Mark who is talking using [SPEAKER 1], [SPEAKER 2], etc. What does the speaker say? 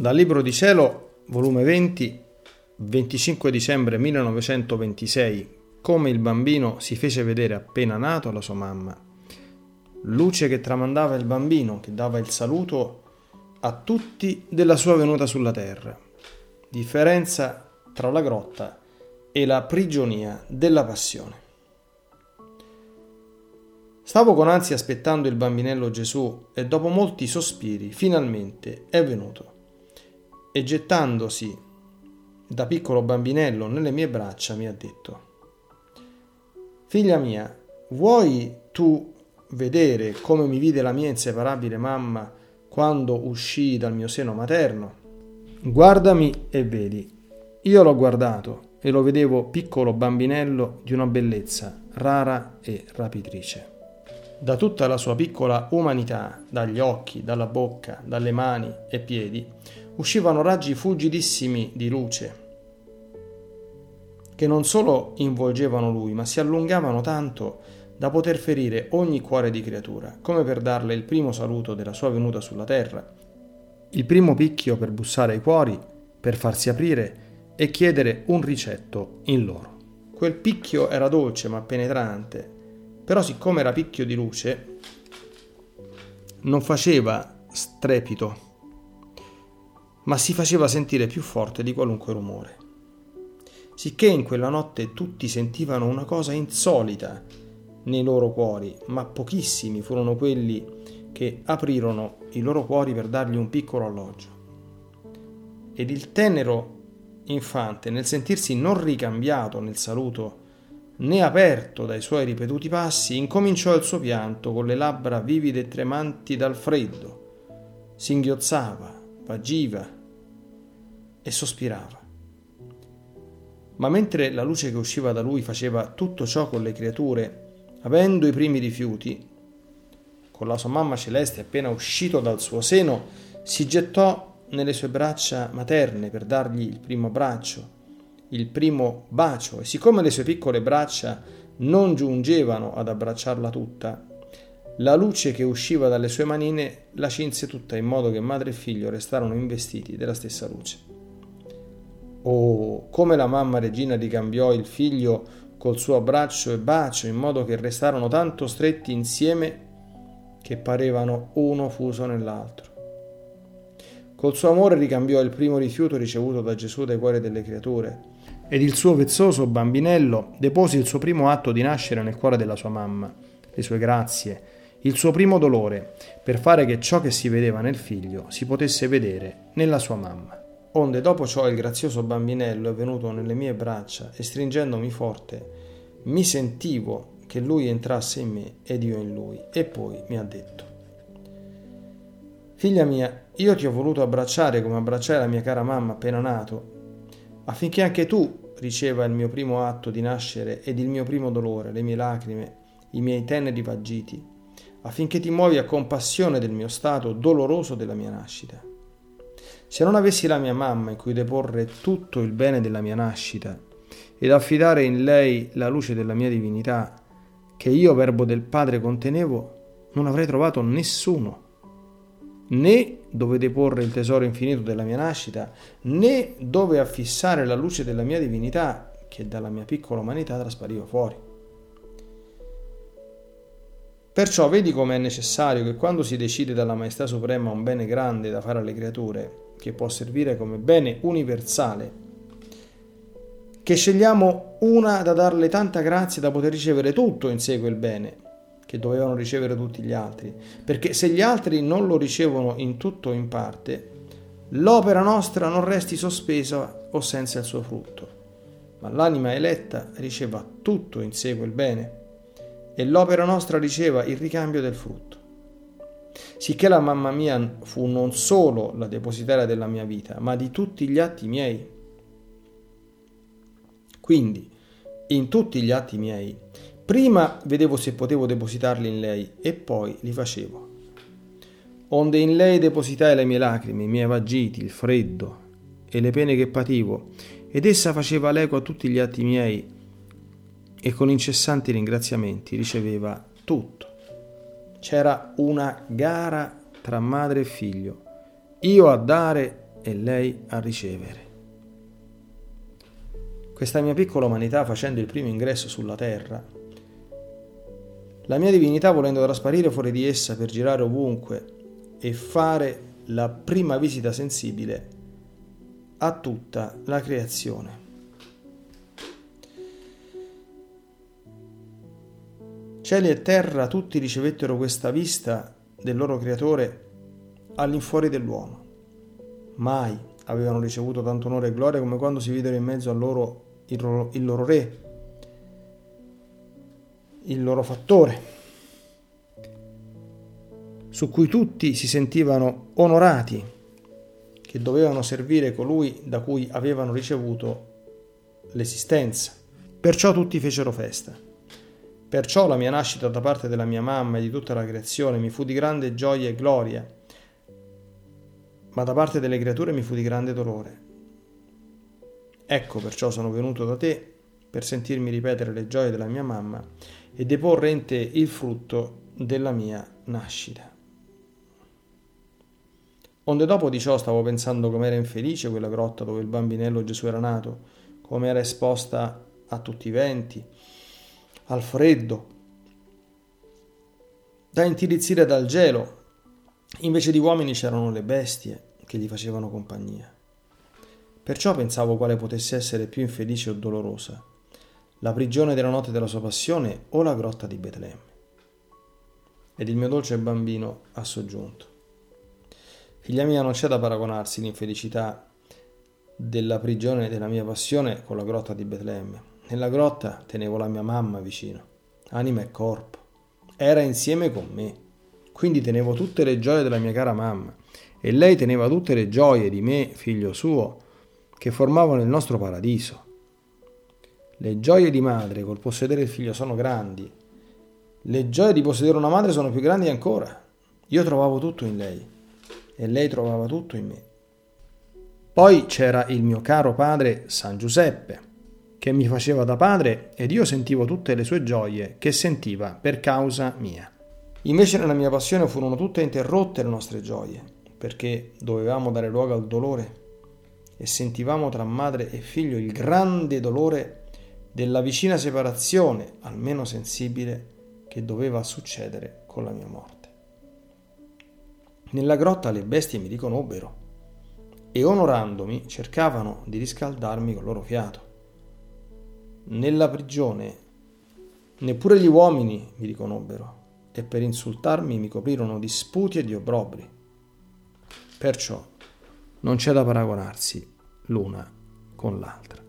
[SPEAKER 1] Dal Libro di Cielo, volume 20, 25 dicembre 1926, come il bambino si fece vedere appena nato alla sua mamma. Luce che tramandava il bambino, che dava il saluto a tutti della sua venuta sulla terra. Differenza tra la grotta e la prigionia della passione. Stavo con ansia aspettando il bambinello Gesù e dopo molti sospiri finalmente è venuto. E gettandosi da piccolo bambinello nelle mie braccia mi ha detto: «Figlia mia, vuoi tu vedere come mi vide la mia inseparabile mamma quando uscii dal mio seno materno? Guardami e vedi». Io l'ho guardato e lo vedevo piccolo bambinello di una bellezza rara e rapitrice. Da tutta la sua piccola umanità, dagli occhi, dalla bocca, dalle mani e piedi, uscivano raggi fulgidissimi di luce che non solo involgevano lui, ma si allungavano tanto da poter ferire ogni cuore di creatura, come per darle il primo saluto della sua venuta sulla terra, il primo picchio per bussare ai cuori, per farsi aprire e chiedere un ricetto in loro. Quel picchio era dolce ma penetrante, però siccome era picchio di luce, non faceva strepito, ma si faceva sentire più forte di qualunque rumore. Sicché in quella notte tutti sentivano una cosa insolita nei loro cuori, ma pochissimi furono quelli che aprirono i loro cuori per dargli un piccolo alloggio. Ed il tenero infante, nel sentirsi non ricambiato nel saluto né aperto dai suoi ripetuti passi, incominciò il suo pianto con le labbra vivide e tremanti dal freddo, singhiozzava, vagiva e sospirava. Ma mentre la luce che usciva da lui faceva tutto ciò con le creature, avendo i primi rifiuti, con la sua mamma celeste appena uscito dal suo seno, si gettò nelle sue braccia materne per dargli il primo abbraccio, il primo bacio, e siccome le sue piccole braccia non giungevano ad abbracciarla tutta, la luce che usciva dalle sue manine la cinse tutta, in modo che madre e figlio restarono investiti della stessa luce. Oh, come la mamma regina ricambiò il figlio col suo abbraccio e bacio, in modo che restarono tanto stretti insieme che parevano uno fuso nell'altro. Col suo amore ricambiò il primo rifiuto ricevuto da Gesù dai cuori delle creature, ed il suo vezzoso bambinello depose il suo primo atto di nascere nel cuore della sua mamma, le sue grazie, il suo primo dolore, per fare che ciò che si vedeva nel figlio si potesse vedere nella sua mamma. Onde dopo ciò il grazioso bambinello è venuto nelle mie braccia e stringendomi forte mi sentivo che lui entrasse in me ed io in lui, e poi mi ha detto: «Figlia mia, io ti ho voluto abbracciare come abbracciai la mia cara mamma appena nato, affinché anche tu riceva il mio primo atto di nascere ed il mio primo dolore, le mie lacrime, i miei teneri vagiti, affinché ti muovi a compassione del mio stato doloroso della mia nascita. Se non avessi la mia mamma in cui deporre tutto il bene della mia nascita ed affidare in lei la luce della mia divinità, che io, verbo del Padre, contenevo, non avrei trovato nessuno, né dove deporre il tesoro infinito della mia nascita, né dove affissare la luce della mia divinità, che dalla mia piccola umanità traspariva fuori. Perciò vedi come è necessario che quando si decide dalla Maestà Suprema un bene grande da fare alle creature, che può servire come bene universale, che scegliamo una da darle tanta grazia da poter ricevere tutto in sé quel bene che dovevano ricevere tutti gli altri, perché se gli altri non lo ricevono in tutto o in parte, l'opera nostra non resti sospesa o senza il suo frutto, ma l'anima eletta riceva tutto in sé quel bene e l'opera nostra riceva il ricambio del frutto. Sicché la mamma mia fu non solo la depositaria della mia vita, ma di tutti gli atti miei. Quindi, in tutti gli atti miei, prima vedevo se potevo depositarli in lei e poi li facevo. Onde in lei depositai le mie lacrime, i miei vagiti, il freddo e le pene che pativo, ed essa faceva l'eco a tutti gli atti miei e con incessanti ringraziamenti riceveva tutto. C'era una gara tra madre e figlio, io a dare e lei a ricevere. Questa mia piccola umanità facendo il primo ingresso sulla terra, la mia divinità volendo trasparire fuori di essa per girare ovunque e fare la prima visita sensibile a tutta la creazione. Cieli e terra tutti ricevettero questa vista del loro creatore all'infuori dell'uomo. Mai avevano ricevuto tanto onore e gloria come quando si videro in mezzo a loro il loro re, il loro fattore, su cui tutti si sentivano onorati, che dovevano servire colui da cui avevano ricevuto l'esistenza. Perciò tutti fecero festa. Perciò la mia nascita da parte della mia mamma e di tutta la creazione mi fu di grande gioia e gloria, ma da parte delle creature mi fu di grande dolore. Ecco perciò sono venuto da te per sentirmi ripetere le gioie della mia mamma e deporre in te il frutto della mia nascita. Onde dopo di ciò stavo pensando com'era infelice quella grotta dove il bambinello Gesù era nato, come era esposta a tutti i venti, al freddo, da intirizzire dal gelo. Invece di uomini c'erano le bestie che gli facevano compagnia. Perciò pensavo quale potesse essere più infelice o dolorosa, la prigione della notte della sua passione o la grotta di Betlemme. Ed il mio dolce bambino ha soggiunto: figlia mia, non c'è da paragonarsi l'infelicità della prigione della mia passione con la grotta di Betlemme. Nella grotta tenevo la mia mamma vicino, anima e corpo. Era insieme con me, quindi tenevo tutte le gioie della mia cara mamma e lei teneva tutte le gioie di me, figlio suo, che formavano il nostro paradiso. Le gioie di madre col possedere il figlio sono grandi, le gioie di possedere una madre sono più grandi ancora. Io trovavo tutto in lei e lei trovava tutto in me. Poi c'era il mio caro padre San Giuseppe, che mi faceva da padre ed io sentivo tutte le sue gioie che sentiva per causa mia. Invece nella mia passione furono tutte interrotte le nostre gioie, perché dovevamo dare luogo al dolore e sentivamo tra madre e figlio il grande dolore della vicina separazione, almeno sensibile, che doveva succedere con la mia morte. Nella grotta le bestie mi riconobbero e onorandomi cercavano di riscaldarmi col loro fiato. Nella prigione neppure gli uomini mi riconobbero e per insultarmi mi coprirono di sputi e di obbrobri. Perciò non c'è da paragonarsi l'una con l'altra.